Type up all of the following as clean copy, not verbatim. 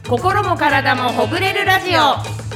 心も体もほぐれるラジオ。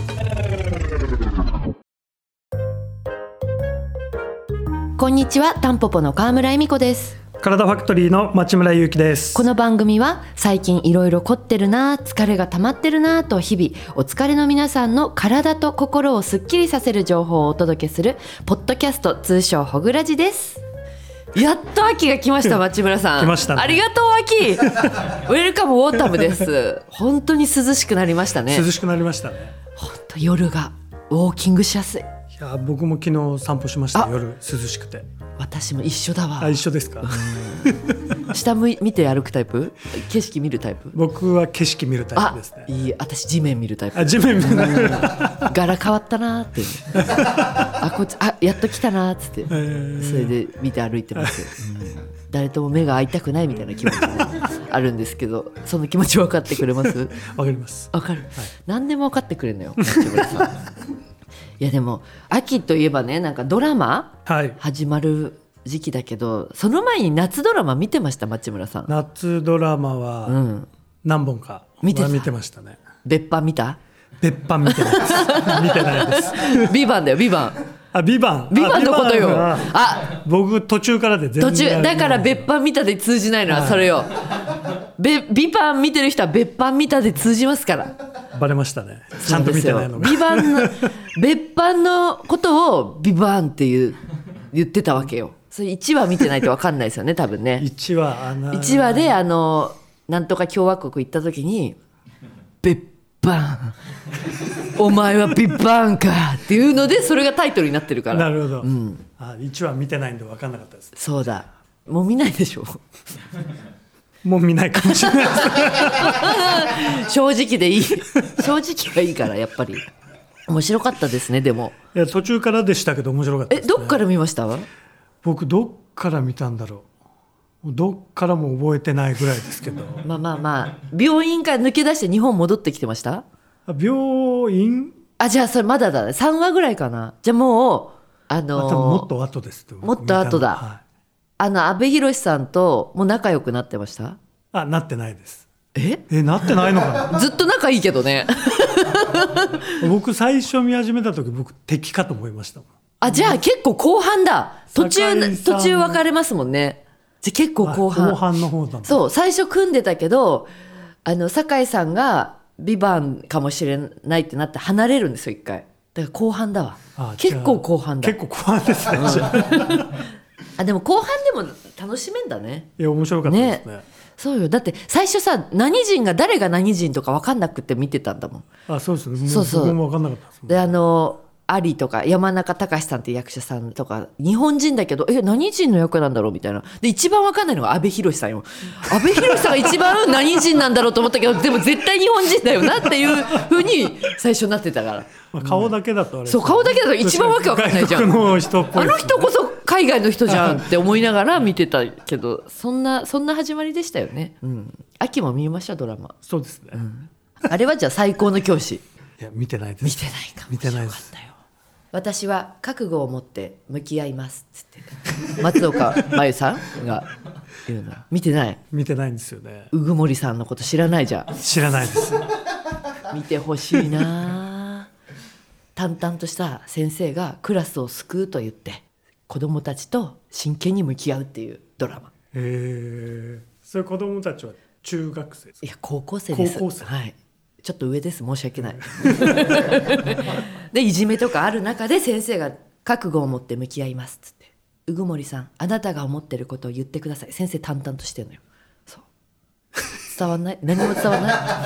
こんにちは、タンポポの川村恵美子です。 体ファクトリーの町村祐樹です。 この番組は最近いろいろ凝ってるな、疲れが溜まってるなと日々お疲れの皆さんの体と心をすっきりさせる情報をお届けするポッドキャスト、通称ほぐらじです。やっと秋が来ました町村さん。 来ましたね。 ありがとう秋ウェルカムウォータムです。本当に涼しくなりましたね。 涼しくなりましたね。 本当夜がウォーキングしやすい。 いや僕も昨日散歩しました。夜涼しくて。 私も一緒だわ。 一緒ですか。 下見て歩くタイプ？景色見るタイプ？ 僕は景色見るタイプですね。 いい、私地面見るタイプ。 地面見る柄変わったなってこっちやっと来たなっつって、それで見て歩いてます、誰とも目が合いたくないみたいな気持ちがあるんですけど、その気持ち分かってくれます？ 分かります。 分かる、何でも分かってくれるのよ町村さん。いやでも秋といえばね、なんかドラマ、始まる時期だけど、その前に夏ドラマ見てました町村さん？ 夏ドラマは何本か見てましたね。 別班見た？別班見てないです見てないです。 ビバンだよ、ビバン。 ビバンのことよ。 僕途中からで全然だから別班見たで通じないのはそれよ。ビバン見てる人は別班見たで通じますから。 バレましたね。ちゃんと見てないのが。 ビバンの別班のことをビバンって言ってたわけよ。それ1話見てないと分かんないですよね多分ね。 1 話でなんとか共和国行った時に別班お前はビバンかっていうので、それがタイトルになってるから。 なるほど、1話見てないんで分かんなかったです。 そうだ、もう見ないでしょ。 もう見ないかもしれないです。 正直でいい。正直がいいからやっぱり面白かったですね。でもいや途中からでしたけど面白かったですね。 どっから見ました？ 僕どっから見たんだろう。どっからも覚えてないぐらいですけど。 まあ病院から抜け出して日本戻ってきてました？ 病院？ じゃあそれまだだね。3話ぐらいかな。じゃあもう多分もっと後です。 もっと後だ。阿部寛さんともう仲良くなってました？ なってないです。 なってないのかな。 ずっと仲いいけどね。 僕最初見始めた時僕敵かと思いましたもん。 じゃあ結構後半だ。途中分かれますもんね。じゃあ結構後半の方だ。 そう、最初組んでたけど酒井さんがビバンかもしれないってなって離れるんですよ一回。だから後半だわ。結構後半だ。 結構後半ですね。 でも後半でも楽しめんだね。 いや面白かったですね。 そうよ。だって最初さ、何人が誰が何人とか分かんなくて見てたんだもん。 そうですね。 そう僕も分かんなかったですもん。 でアリとか山中隆さんっていう役者さんとか日本人だけど何人の役なんだろうみたいな。で一番分かんないのが阿部寛さんよ。阿部寛さんが一番何人なんだろうと思ったけど、でも絶対日本人だよなっていう風に最初になってたから。 顔だけだとあれ、 そう、顔だけだと一番わけわかんないじゃん。 外国の人っぽいですね。 あの人こそ海外の人じゃんって思いながら見てたけど、そんな始まりでしたよね。秋も見ましたドラマ。 そうですね。 あれはじゃあ最高の教師。 いや見てないです。 見てないかもしれなかったよ。私は覚悟を持って向き合いますっつって松岡真優さんが言うの。見てない？ 見てないんですよね。 うぐもりさんのこと知らないじゃん。 知らないです。 見てほしいな。淡々とした先生がクラスを救うと言って子どもたちと真剣に向き合うっていうドラマ。 それ子どもたちは中学生ですか？ いや高校生です。 高校生。 はい。ちょっと上です、申し訳ない。でいじめとかある中で先生が覚悟を持って向き合いますっつって、うぐもりさんあなたが思ってることを言ってください。先生淡々としてるのよ。そう伝わんない？何も伝わんない？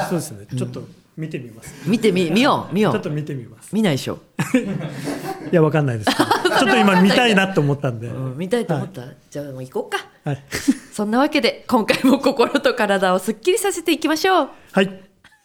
そうですね。ちょっと見てみます。 見よう。 ちょっと見てみます。 見ないでしょ。 いやわかんないですけどちょっと今見たいなと思ったんで、 見たいと思った、じゃあもう行こうか。そんなわけで今回も心と体をすっきりさせていきましょう。 はい。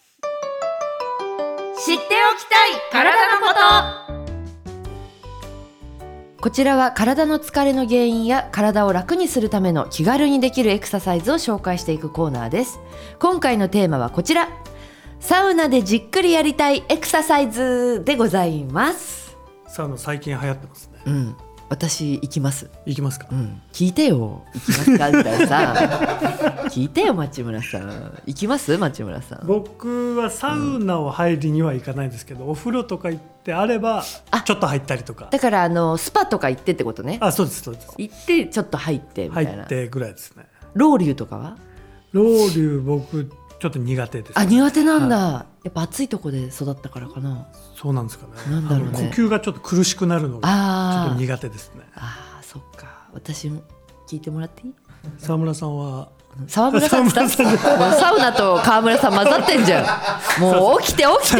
知っておきたい体のこと。 こちらは体の疲れの原因や体を楽にするための気軽にできるエクササイズを紹介していくコーナーです。今回のテーマはこちら、サウナでじっくりやりたいエクササイズでございます。 サウナ最近流行ってますね。 私行きます。 行きますか？ 聞いてよ、行きますかみたいなさ聞いてよ町村さん、行きます町村さん。 僕はサウナを入りには行かないですけど、お風呂とか行ってあればちょっと入ったりとか。 だからスパとか行ってってことね。 そうですそうです。 行ってちょっと入ってみたいな。 入ってぐらいですね。 ロウリュとかは？ ロウリュ僕ちょっと苦手です、ね。 苦手なんだ、やっぱ暑いとこで育ったからかな。 そうなんですかね。 なんだろうね、 呼吸がちょっと苦しくなるのがちょっと苦手ですね。 そっか。私も聞いてもらっていい？ 沢村さんは？ 沢村さんってサウナと川村さん混ざってんじゃん。もう起きて今日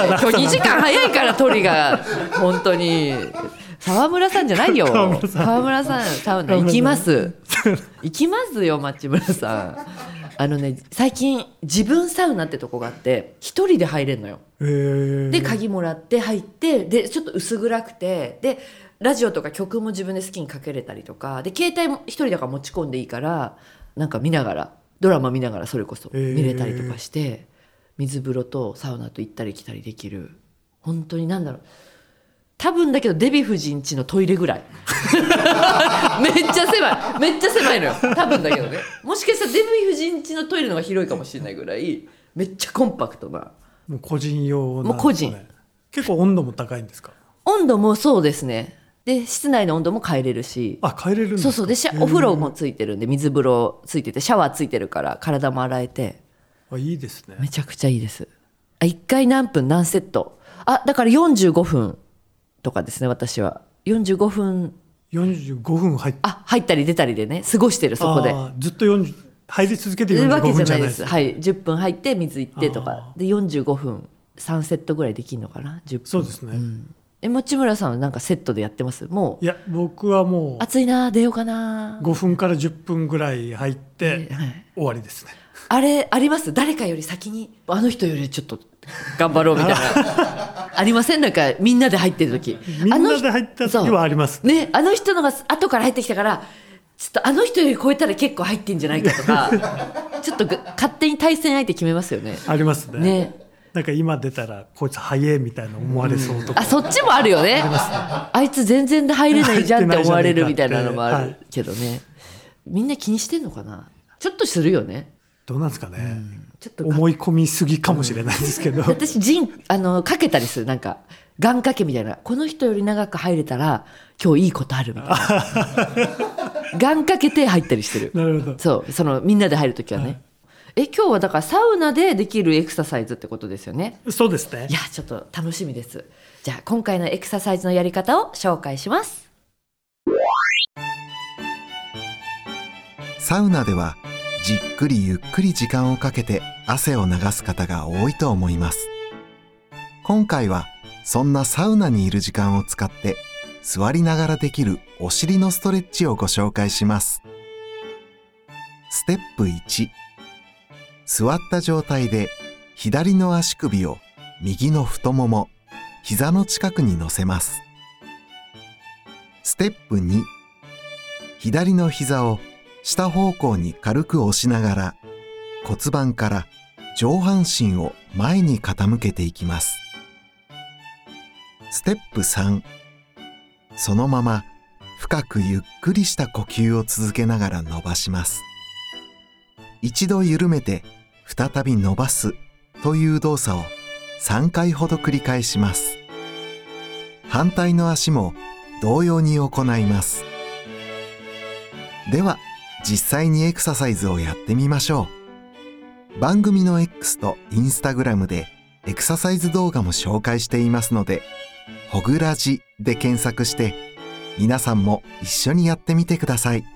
2時間早いから鳥が本当に。沢村さんじゃないよ。川村さんサウナ行きます行きますよ町村さん。最近自分サウナってとこがあって一人で入れるのよ。で鍵もらって入って、でちょっと薄暗くて、でラジオとか曲も自分で好きにかけれたりとかで、携帯も一人だから持ち込んでいいから、なんか見ながらドラマ見ながらそれこそ見れたりとかして、水風呂とサウナと行ったり来たりできる、本当になんだろう、多分だけどデヴィ夫人家のトイレぐらいめっちゃ狭いのよ多分だけどね。もしかしたらデヴィ夫人家のトイレの方が広いかもしれないぐらいめっちゃコンパクトな。 もう個人用なんですね。 もう個人。 結構温度も高いんですか？ 温度もそうですね。で室内の温度も変えれるし。 変えれるんですか？ そうでお風呂もついてるんで、水風呂ついててシャワーついてるから体も洗えて。 いいですね。 めちゃくちゃいいです。1回何分何セット。だから45分とかですね。私は45分入ったり出たりでね、過ごしてる。そこでずっと入り続けて45分じゃないです。 10分入って水行ってとかで45分3セットぐらいできるのかな。10分。 そうですね。 持村さんはなんかセットでやってます？もう。 いや僕はもう暑いな出ようかな、 5分から10分ぐらい入って終わりですね。 あれあります？誰かより先にあの人よりちょっと頑張ろうみたいなありません？なんかみんなで入ってる時、 みんなで入った時はありますね。あの人のが後から入ってきたから、ちょっとあの人より超えたら結構入ってんじゃないかとかちょっと勝手に対戦相手決めますよね。 ありますね。なんか今出たらこいつ早いみたいな思われそうとか、 そっちもあるよね。あいつ全然入れないじゃんって思われるみたいなのもあるけどね、みんな気にしてんのかな。ちょっとするよね。 どうなんですかね、ちょっと思い込みすぎかもしれないですけど、 私かけたりする。なんか願掛けみたいな、この人より長く入れたら今日いいことあるみたいな願掛けて入ったりしてる。 なるほど。 そのみんなで入るときはね、今日はだからサウナでできるエクササイズってことですよね。 そうですね。 いやちょっと楽しみです。じゃあ今回のエクササイズのやり方を紹介します。 サウナではじっくりゆっくり時間をかけて汗を流す方が多いと思います。今回はそんなサウナにいる時間を使って座りながらできるお尻のストレッチをご紹介します。ステップ1、座った状態で左の足首を右の太もも、膝の近くに乗せます。ステップ2、左の膝を下方向に軽く押しながら骨盤から上半身を前に傾けていきます。ステップ3、そのまま深くゆっくりした呼吸を続けながら伸ばします。一度緩めて再び伸ばすという動作を3回ほど繰り返します。反対の足も同様に行います。では実際にエクササイズをやってみましょう。番組の X と Instagram でエクササイズ動画も紹介していますので、ほぐらじで検索して皆さんも一緒にやってみてください。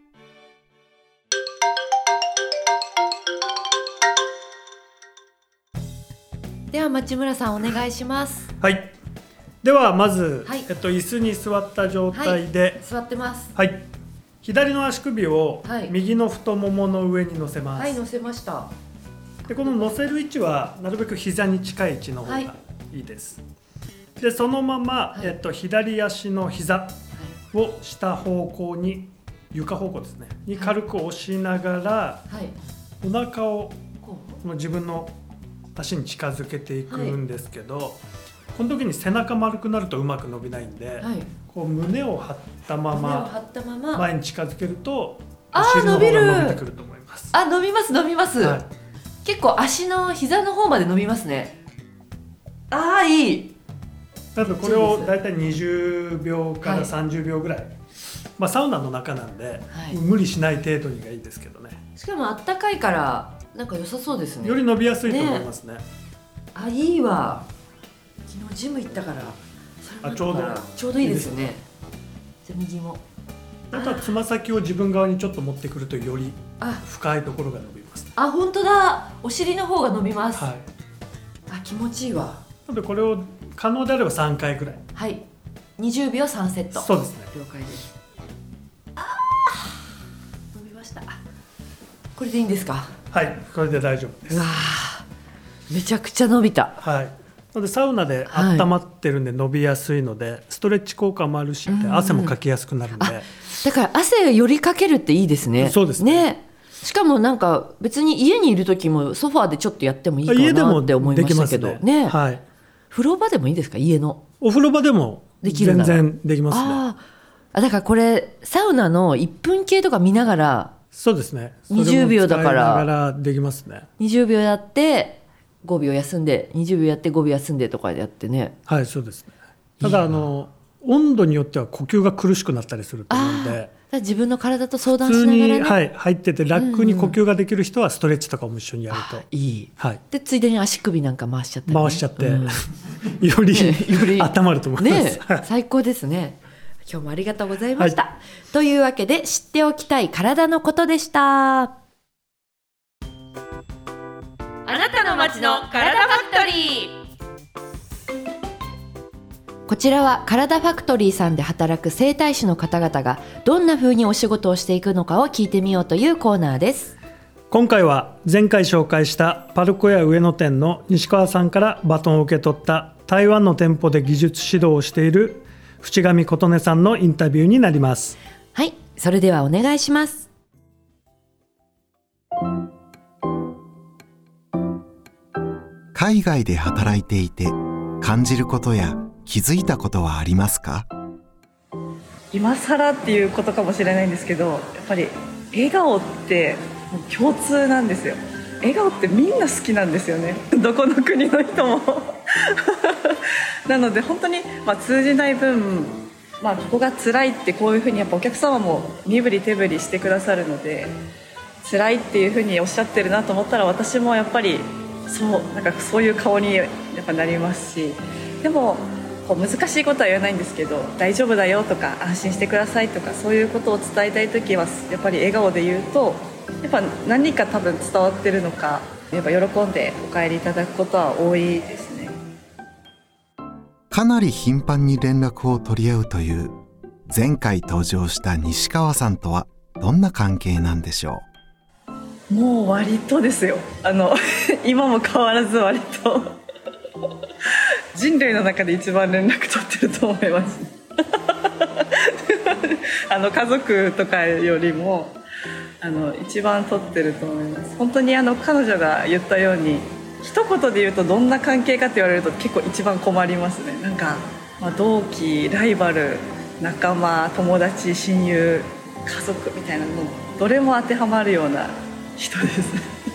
では町村さんお願いします。 はい。ではまず、 はい椅子に座った状態で、 座ってます。 はい。左の足首を右の太ももの上に乗せます。 はい、乗せました。 でこの乗せる位置はなるべく膝に近い位置の方がいいです。でそのまま、左足の膝を下方向に、床方向ですねに軽く押しながら、お腹をこの自分の足に近づけていくんですけど、この時に背中丸くなるとうまく伸びないんで、 こう胸を張ったま胸をま張ったまま、 前に近づけるとあーお尻の方が伸びる伸びてくると思います。 あ、伸びます伸びます、 はい、 結構足の膝の方まで伸びますね。あー、いい。 なのでこれをだいたい20秒から30秒ぐらい、まあ、サウナの中なんで、 はい、 無理しない程度にがいいですけどね。 しかもあったかいからなんか良さそうですね。 より伸びやすいと思いますね。 あ、いいわ。昨日ジム行ったからそれもあったからちょうどいいですよね。じゃあ右も、 あとはつま先を自分側にちょっと持ってくるとよりあ、 深いところが伸びます、ね。 あ、本当だ。お尻の方が伸びます、 はい、 あ、気持ちいいわ。 なのでこれを可能であれば3回ぐらい。 はい、20秒3セット。 そうですね。 了解です。あー、伸びました。これでいいんですか？ はい、これで大丈夫です。 うわー、めちゃくちゃ伸びた。 はい。なのでサウナで温まってるんで伸びやすいので、ストレッチ効果もあるし、汗もかきやすくなるんで。 だから汗よりかけるっていいですね。 そうですね。 しかもなんか別に家にいる時もソファーでちょっとやってもいいかなって思いましたけどね。 はい。 風呂場でもいいですか？家のお風呂場でも全然できますね。 あ、だからこれサウナの1分計とか見ながら。 そうですね。 20秒だから。 使いながらできますね。 20秒やって5秒休んで、20秒やって5秒休んでとかやってね。 はい、そうですね。ただ温度によっては呼吸が苦しくなったりすると思うので、 自分の体と相談しながらね。 普通に、はい、入ってて楽に呼吸ができる人はストレッチとかも一緒にやると、 いい、 はい、 でついでに足首なんか回しちゃったり、ね、 回しちゃって、より温まると思います、 ね、最高ですね。今日もありがとうございました、はい、というわけで知っておきたい体のことでした。 あなたの街の体ファクトリー。 こちらは体ファクトリーさんで働く整体師の方々がどんな風にお仕事をしていくのかを聞いてみようというコーナーです。 今回は前回紹介したパルコ屋上野店の西川さんからバトンを受け取った台湾の店舗で技術指導をしている淵上琴音さんのインタビューになります。 はい、それではお願いします。 海外で働いていて感じることや気づいたことはありますか？ 今更っていうことかもしれないんですけど、やっぱり笑顔って共通なんですよ。笑顔ってみんな好きなんですよね、どこの国の人もなので本当に、通じない分、ここが辛いってこういうふうにやっぱお客様も身振り手振りしてくださるので、辛いっていうふうにおっしゃってるなと思ったら私もやっぱりそういう顔にやっぱなりますし、でも難しいことは言わないんですけど、大丈夫だよとか安心してくださいとか、そういうことを伝えたいときはやっぱり笑顔で言うと、やっぱ何か多分伝わってるのか、やっぱ喜んでお帰りいただくことは多いですね。 かなり頻繁に連絡を取り合うという前回登場した西川さんとはどんな関係なんでしょう？もう割とですよ、今も変わらず割と人類の中で一番連絡取ってると思います家族とかよりも一番取ってると思います。本当に彼女が言ったように、一言で言うとどんな関係かって言われると結構一番困りますね。なんか、同期、ライバル、仲間、友達、親友、家族みたいなのどれも当てはまるような人です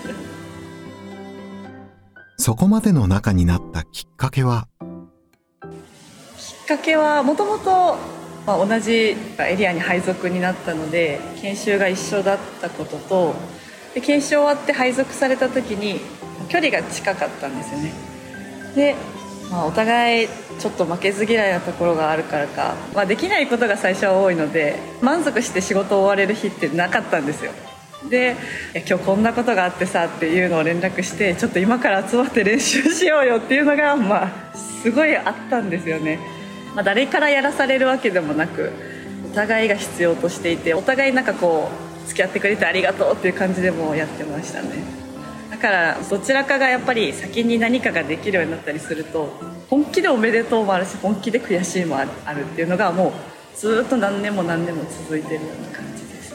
そこまでの仲になったきっかけは？ きっかけはもともと同じエリアに配属になったので、研修が一緒だったことと、で研修終わって配属された時に距離が近かったんですよね。で、お互いちょっと負けず嫌いなところがあるからか、できないことが最初は多いので、満足して仕事を終われる日ってなかったんですよ。で、今日こんなことがあってさっていうのを連絡して、ちょっと今から集まって練習しようよっていうのがすごいあったんですよね。誰からやらされるわけでもなく、お互いが必要としていて、お互い付き合ってくれてありがとうっていう感じでもやってましたね。だからどちらかがやっぱり先に何かができるようになったりすると、本気でおめでとうもあるし、本気で悔しいもあるっていうのがもうずっと何年も何年も続いてるような感じですね。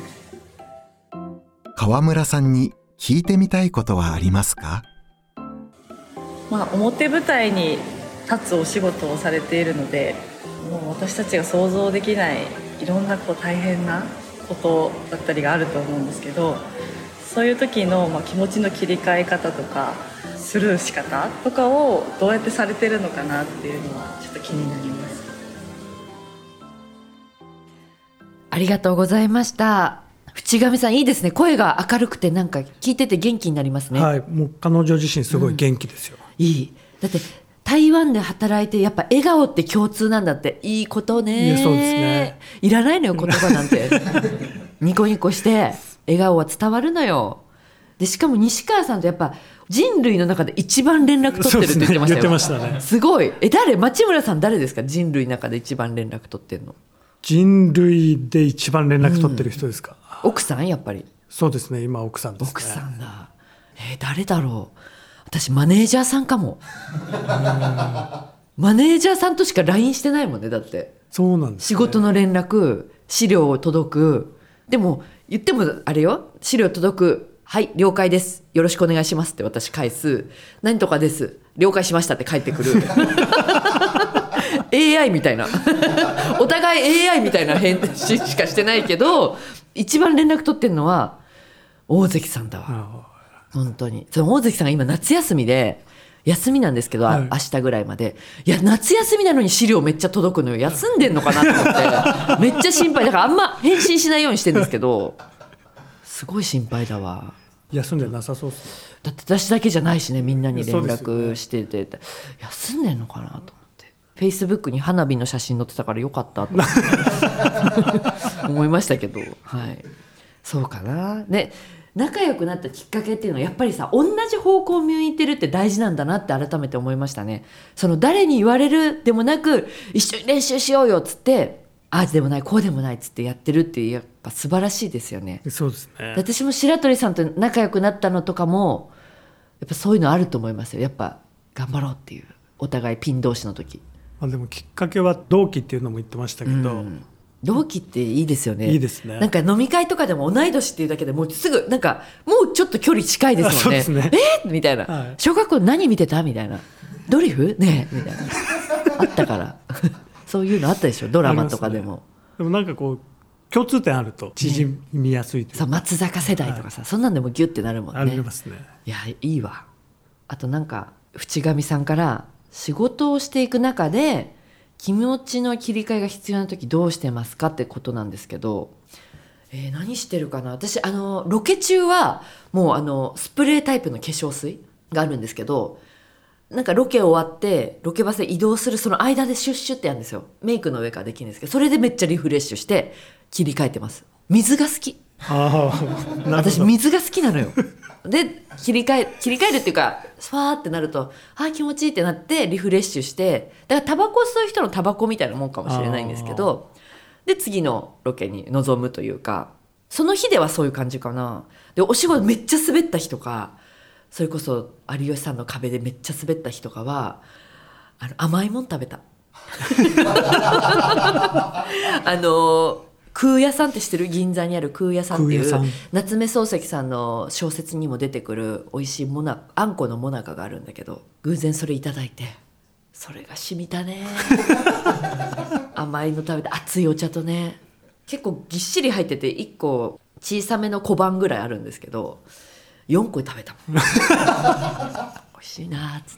川村さんに聞いてみたいことはありますか？ 表舞台に立つお仕事をされているので、 もう私たちが想像できないいろんな大変なことだったりがあると思うんですけど、そういう時の気持ちの切り替え方とかスルー仕方とかをどうやってされてるのかなっていうのはちょっと気になります。 ありがとうございました。淵上さんいいですね。声が明るくてなんか聞いてて元気になりますね。 はい、もう彼女自身すごい元気ですよ、 いい。だって台湾で働いてやっぱ笑顔って共通なんだって。いいことね。 いやそうですね。 いらないのよ言葉なんてニコニコして笑顔は伝わるのよ。でしかも西川さんとやっぱ人類の中で一番連絡取ってるって言ってましたよ。 言ってましたね。 すごい。誰？町村さん誰ですか？人類の中で一番連絡取ってるの。 人類で一番連絡取ってる人ですか？ 奥さんやっぱり。 そうですね、今奥さんですね。 奥さんだ。誰だろう。私マネージャーさんかも。マネージャーさんとしか LINE してないもんね。だってそうなんです、ね、 仕事の連絡、資料を届く。でも言ってもあれよ、資料届く、はい了解です、よろしくお願いしますって私返す、何とかです了解しましたって返ってくるAI みたいなお互い AI みたいな返信しかしてないけど、一番連絡取ってるのは大関さんだわ。本当に。その大関さんが今夏休みで、休みなんですけど、明日ぐらいまで。いや夏休みなのに資料めっちゃ届くのよ。休んでんのかなと思ってめっちゃ心配だから、あんま返信しないようにしてるんですけど、すごい心配だわ。 休んでなさそうですね。 だって私だけじゃないしね、みんなに連絡してて、休んでんのかなと思って。フェイスブックに花火の写真載ってたからよかったと思いましたけど、はい、そうかな。ね、仲良くなったきっかけっていうのはやっぱりさ、同じ方向を向いてるって大事なんだなって改めて思いましたね。その誰に言われるでもなく、一緒に練習しようよっつって、ああでもないこうでもないっつってやってるってやっぱ素晴らしいですよね。 そうですね。 私も白鳥さんと仲良くなったのとかもやっぱそういうのあると思いますよ。やっぱ頑張ろうっていう、お互いピン同士の時。 でもきっかけは同期っていうのも言ってましたけど、 同期っていいですよね。 いいですね。 なんか飲み会とかでも同い年っていうだけでもうすぐなんかもうちょっと距離近いですもんね。 そうですね。 みたいな、 はい、 小学校何見てたみたいな、ドリフねみたいなあったからそういうのあったでしょ、ドラマとかでも。 でもなんかこう共通点あると縮みやすいというか、 そう松坂世代とかさ、そんなんでもギュッてなるもんね。 ありますね。 いやいいわ。あとなんか淵上さんから仕事をしていく中で気持ちの切り替えが必要な時どうしてますかってことなんですけど、何してるかな。私ロケ中はもうスプレータイプの化粧水があるんですけど、なんかロケ終わってロケバスで移動するその間でシュッシュってやるんですよ。メイクの上からできるんですけど、それでめっちゃリフレッシュして切り替えてます。水が好き。私水が好きなのよ。で切り替えるっていうか、ファーってなると気持ちいいってなってリフレッシュして、だからタバコ吸う人のタバコみたいなもんかもしれないんですけど、で次のロケに臨むというか、その日ではそういう感じかな。でお仕事めっちゃ滑った日とか、それこそ有吉さんの壁でめっちゃ滑った日とかは甘いもん食べた空屋さんって知ってる？銀座にある空屋さんっていう夏目漱石さんの小説にも出てくる美味しいあんこのもなかがあるんだけど、偶然それいただいて、それが染みたね甘いの食べて熱いお茶とね、結構ぎっしり入ってて1個小さめの小判ぐらいあるんですけど4個食べたもん美味しいなっつって。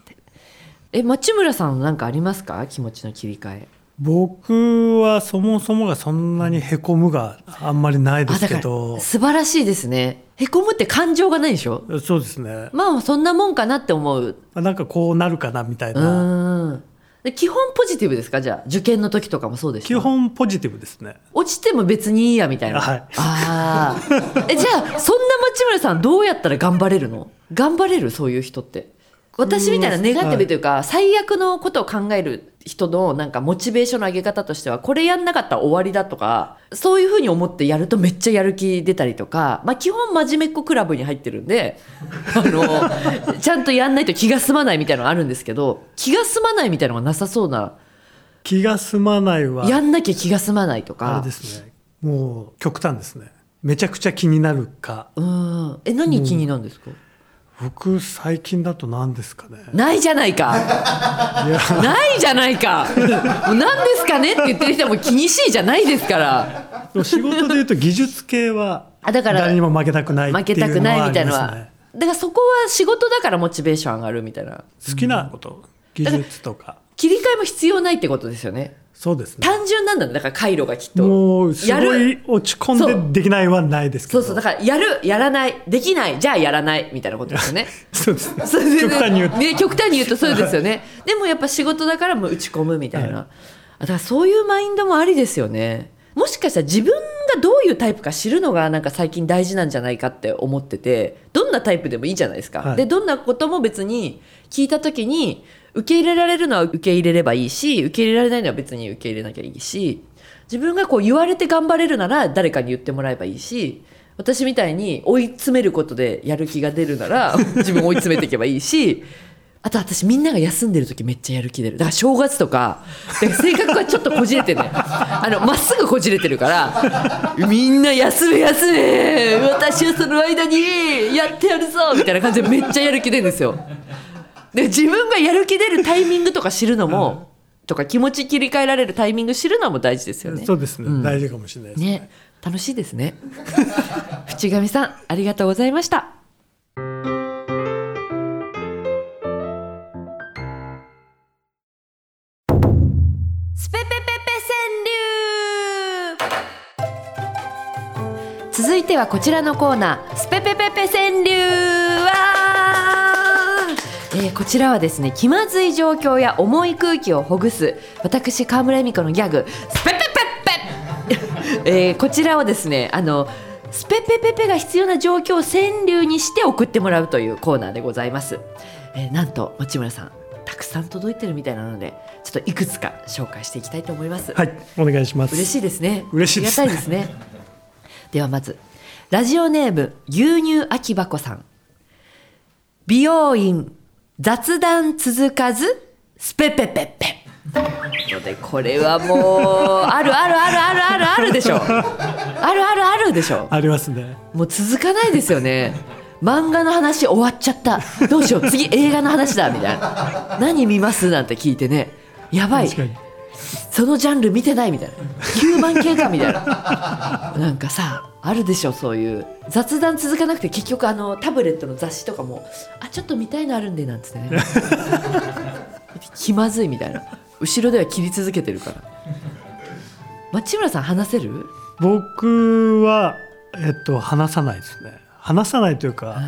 町村さんなんかありますか？気持ちの切り替え。 僕はそもそもがそんなにへこむがあんまりないですけど。 素晴らしいですね。へこむって感情がないでしょ？ そうですね。 まあそんなもんかなって思う。 なんかこうなるかなみたいな。 で基本ポジティブですか？じゃあ受験の時とかもそうでしょ？ 基本ポジティブですね。 落ちても別にいいやみたいな。 はい、 じゃあそんな町村さんどうやったら頑張れるの？頑張れる？そういう人って私みたいなネガティブというか、最悪のことを考える人のなんかモチベーションの上げ方としては、これやんなかったら終わりだとか、そういうふうに思ってやるとめっちゃやる気出たりとか、基本真面目っ子クラブに入ってるんでちゃんとやんないと気が済まないみたいなのがあるんですけど、気が済まないみたいなのがなさそうな。 気が済まないはやんなきゃ気が済まないとか。 あれですね、もう極端ですね。めちゃくちゃ気になるか。 何気になるんですか？ 僕最近だと何ですかね。 ないじゃないかないじゃないかもう何ですかねって言ってる人はもう気にしいじゃないですから。 仕事でいうと技術系はだから誰にも負けたくないっていうのはありますね。 負けたくないみたいなのは、だからそこは仕事だからモチベーション上がるみたいな。 好きなこと、技術とか切り替えも必要ないってことですよね。 そうですね。 単純なんだね。だから回路がきっともうすごい落ち込んでできないはないですけど。 そうだからやるやらないできないじゃあやらないみたいなことですよね。 そうですね。 そう極端に言うと、 ね、極端に言うとそうですよね。でもやっぱ仕事だからもう打ち込むみたいな、だからそういうマインドもありですよね。もしかしたら自分がどういうタイプか知るのがなんか最近大事なんじゃないかって思ってて、どんなタイプでもいいじゃないですか、でどんなことも別に聞いた時に受け入れられるのは受け入れればいいし、受け入れられないのは別に受け入れなきゃいいし、自分がこう言われて頑張れるなら誰かに言ってもらえばいいし、私みたいに追い詰めることでやる気が出るなら自分を追い詰めていけばいいし、あと私みんなが休んでる時めっちゃやる気出る。だから正月とか性格がちょっとこじれてるねまっすぐこじれてるからみんな休め休め私はその間にやってやるぞみたいな感じでめっちゃやる気出るんですよ。で自分がやる気出るタイミングとか知るのも、とか気持ち切り替えられるタイミング知るのも大事ですよね。 そうですね、大事かもしれないですね。楽しいですね淵上さんありがとうございました。スペペペペ川柳。続いてはこちらのコーナー、スペペペペ川柳。こちらはですね、気まずい状況や重い空気をほぐす私川村恵美子のギャグスペペペペこちらをですね、スペペペペが必要な状況を川柳にして送ってもらうというコーナーでございます。なんと町村さんたくさん届いてるみたいなので、ちょっといくつか紹介していきたいと思います。 はい、お願いします。 嬉しいですね。 嬉しいですね。 ありがたいですね。ではまずラジオネーム牛乳空き箱さん。美容院雑談続かずスペペペペので、これはもうあるあるあるあるあるあるでしょ。あるあるあるでしょ。 ありますね。 もう続かないですよね。漫画の話終わっちゃった、どうしよう次映画の話だみたいな、何見ますなんて聞いてね、やばいそのジャンル見てないみたいな、9万系かみたいななんかさあるでしょ、そういう雑談続かなくて結局タブレットの雑誌とかもちょっと見たいのあるんでなんつってね気まずいみたいな、後ろでは切り続けてるから。町村さん話せる？ 僕は、話さないですね。話さないというか、はい、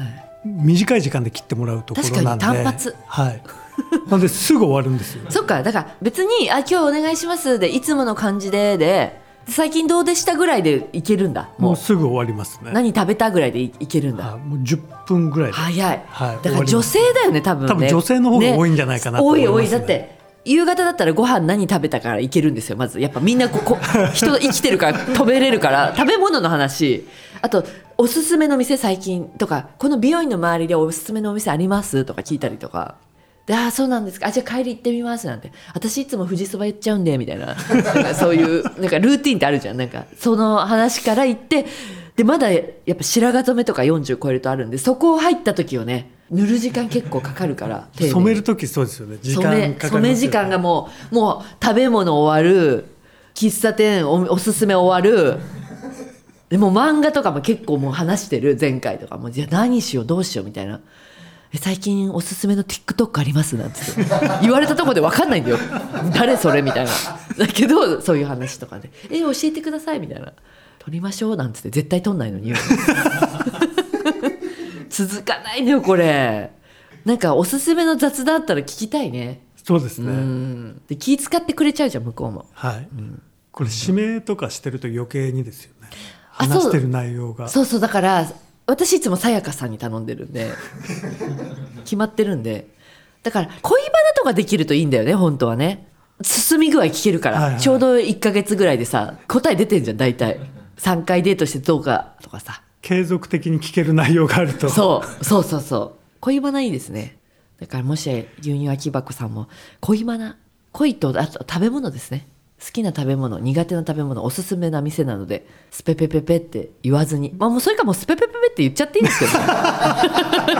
短い時間で切ってもらうところなんで、 確かに単発、 はい、なんですぐ終わるんですよそっか、だから別に今日お願いしますでいつもの感じで最近どうでしたぐらいでいけるんだ。 もうすぐ終わりますね。 何食べたぐらいでいけるんだ。 もう10分ぐらいで早い、 はい、 だから女性だよね多分ね。 多分女性の方が多いんじゃないかなと思いますね。 多いだって夕方だったらご飯何食べたからいけるんですよ。まずやっぱみんな人生きてるから止めれるから食べ物の話、あとおすすめの店最近とか、この美容院の周りでおすすめのお店ありますとか聞いたりとかで、そうなんですか、じゃあ帰り行ってみますなんて、私いつも富士そば言っちゃうんでみたいなそういうなんかルーティンってあるじゃん。なんかその話から行って、でまだやっぱ白髪染めとか40超えるとあるんで、そこを入った時をね塗る時間結構かかるから、 染める時そうですよね。時間かかりますよね。 染め時間がもう食べ物終わる、喫茶店 おすすめ終わる、でも漫画とかも結構もう話してる、前回とかもじゃあ何しようどうしようみたいな、最近おすすめの TikTok ありますなんて言われたところで分かんないんだよ誰それみたいな。だけどそういう話とかで教えてくださいみたいな、撮りましょうなんつって絶対撮んないのに続かないのよこれ。なんかおすすめの雑談あったら聞きたいね。 そうですね。 で気使ってくれちゃうじゃん向こうも。 はい、これ指名とかしてると余計にですよね、話してる内容が。 そうだから私いつもさやかさんに頼んでるんで決まってるんで、だから恋バナとかできるといいんだよね本当はね。進み具合聞けるから、はいはい、ちょうど1ヶ月ぐらいでさ答え出てんじゃん大体。3回デートしてどうかとかさ、 継続的に聞ける内容があると。 そう恋バナいいですね。だからもし牛乳空き箱さんも恋バナ、恋とあと食べ物ですね。好きな食べ物、苦手な食べ物、おすすめな店なのでスペペペペって言わずに、もうそれかもうスペペペペって言っちゃっていいんですけど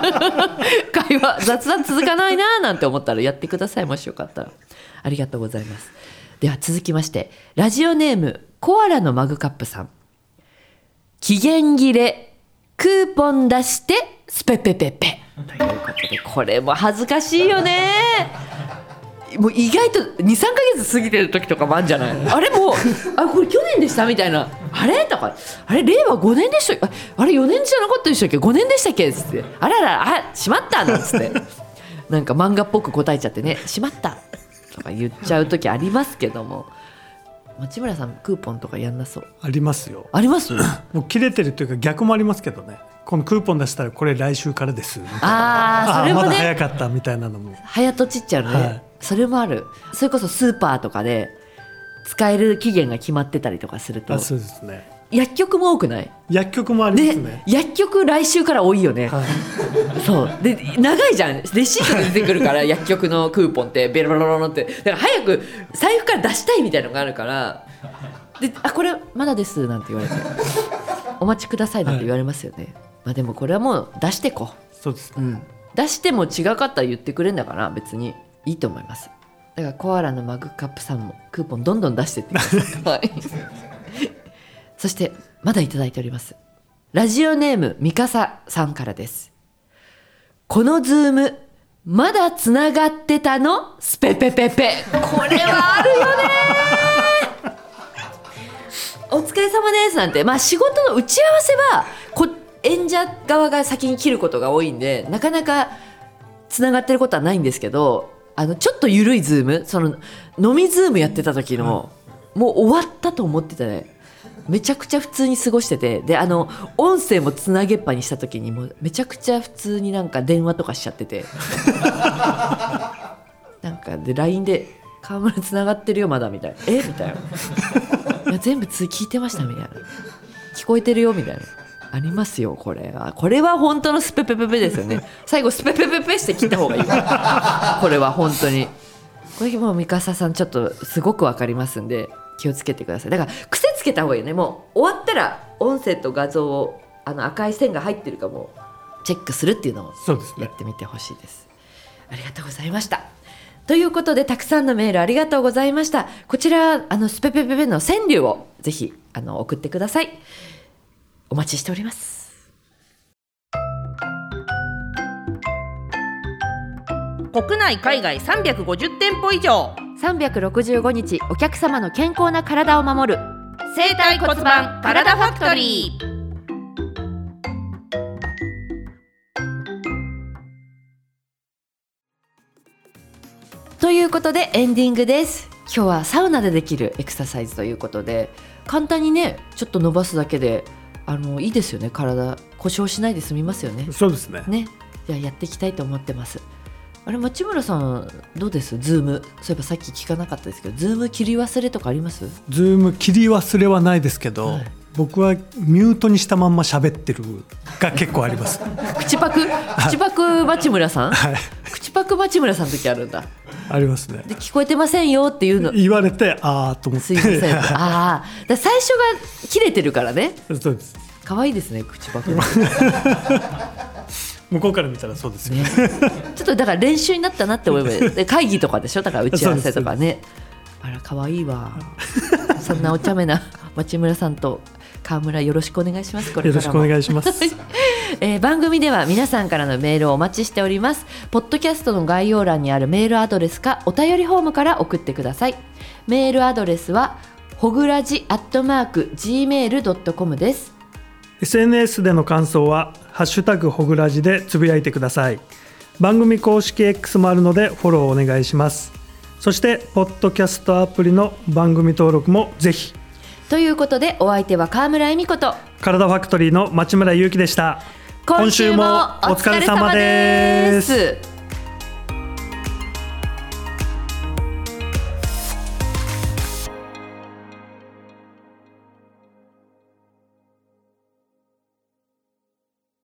会話雑談続かないななんて思ったらやってください、もしよかったら。ありがとうございます。では続きまして、ラジオネームコアラのマグカップさん。期限切れクーポン出してスペペペペということで、これも恥ずかしいよね。もう意外と 2,3 ヶ月過ぎてる時とかもあるんじゃない？あれもうこれ去年でしたみたいな、あれとか、あれ令和5年でしたっけ、あれ4年じゃなかったでしたっけ、5年でしたっけっつって、あららしまったなんつってなんか漫画っぽく答えちゃってね、しまったとか言っちゃう時ありますけども、町村さんクーポンとかやんなそう？ ありますよ。 あります？ もう切れてるというか逆もありますけどね。このクーポン出したらこれ来週からですみたいな、 それもね、 まだ早かったみたいなのも早とちっちゃうね、はい、それもある。それこそスーパーとかで使える期限が決まってたりとかすると。 そうですね。 薬局も多くない？ 薬局もありますね。 薬局来週から多いよね、はい、そうで長いじゃん、レシートで出てくるから薬局のクーポンってベロベロベロって、だから早く財布から出したいみたいなのがあるから、でこれまだですなんて言われてお待ちくださいなんて言われますよね、はい。まあ、でもこれはもう出してこう。 そうです、 出しても違かったら言ってくれんだから別にいいと思います。だからコアラのマグカップさんもクーポンどんどん出してってください、はい、そしてまだいただいております。ラジオネームミカサさんからです。このズームまだつながってたのスペペペペ。これはあるよねお疲れ様ですなんて、まあ、仕事の打ち合わせは演者側が先に切ることが多いんでなかなかつながってることはないんですけど、ちょっと緩いズーム、その飲みズームやってた時の、もう終わったと思っててね、めちゃくちゃ普通に過ごしてて、で音声もつなげっぱにした時にもうめちゃくちゃ普通になんか電話とかしちゃっててなんかで LINE で川村つながってるよまだみたいな、みたいないや全部聞いてましたみたいな、聞こえてるよみたいなありますよ。これは本当のスペペペペですよね。最後スペペペペして切った方がいいわこれは本当に。これもう三笠さんちょっとすごくわかりますんで気をつけてください。だから癖つけた方がいいよね。もう終わったら音声と画像を赤い線が入ってるかもチェックするっていうのをやってみてほしいです。ありがとうございました。ということでたくさんのメールありがとうございました。こちらスペペペペの川柳をぜひ送ってください。お待ちしております。 国内海外350店舗以上、 365日お客様の健康な体を守る生体骨盤カラダファクトリー。 ということでエンディングです。今日はサウナでできるエクササイズということで、簡単にねちょっと伸ばすだけでいいですよね。体故障しないで済みますよね。 そうですね。 じゃあやっていきたいと思ってます。あれ町村さんどうです？ズーム、そういえばさっき聞かなかったですけど、ズーム切り忘れとかあります？ ズーム切り忘れはないですけど、はい、僕はミュートにしたまんま喋ってるが結構あります口パク町村さん、 はい、 口パク町村さんの時あるんだ。 ありますね。 で聞こえてませんよっていうの言われてと思ってすいませんだ最初が切れてるからね。 そうです。 可愛いですね口パク向こうから見たらそうですよね。 ちょっとだから練習になったなって思えば会議とかでしょ、だから打ち合わせとかね。あら可愛いわそんなお茶目な町村さんと川村よろしくお願いします。これからもよろしくお願いします番組では皆さんからのメールをお待ちしております。ポッドキャストの概要欄にあるメールアドレスかお便りフォームから送ってください。メールアドレスはほぐらじ@gmail.com です。 SNS での感想はハッシュタグほぐらじでつぶやいてください。番組公式 X もあるのでフォローお願いします。そしてポッドキャストアプリの番組登録もぜひ。 ということでお相手は川村恵美子と体ファクトリーの町村祐樹でした。今週もお疲れ様です。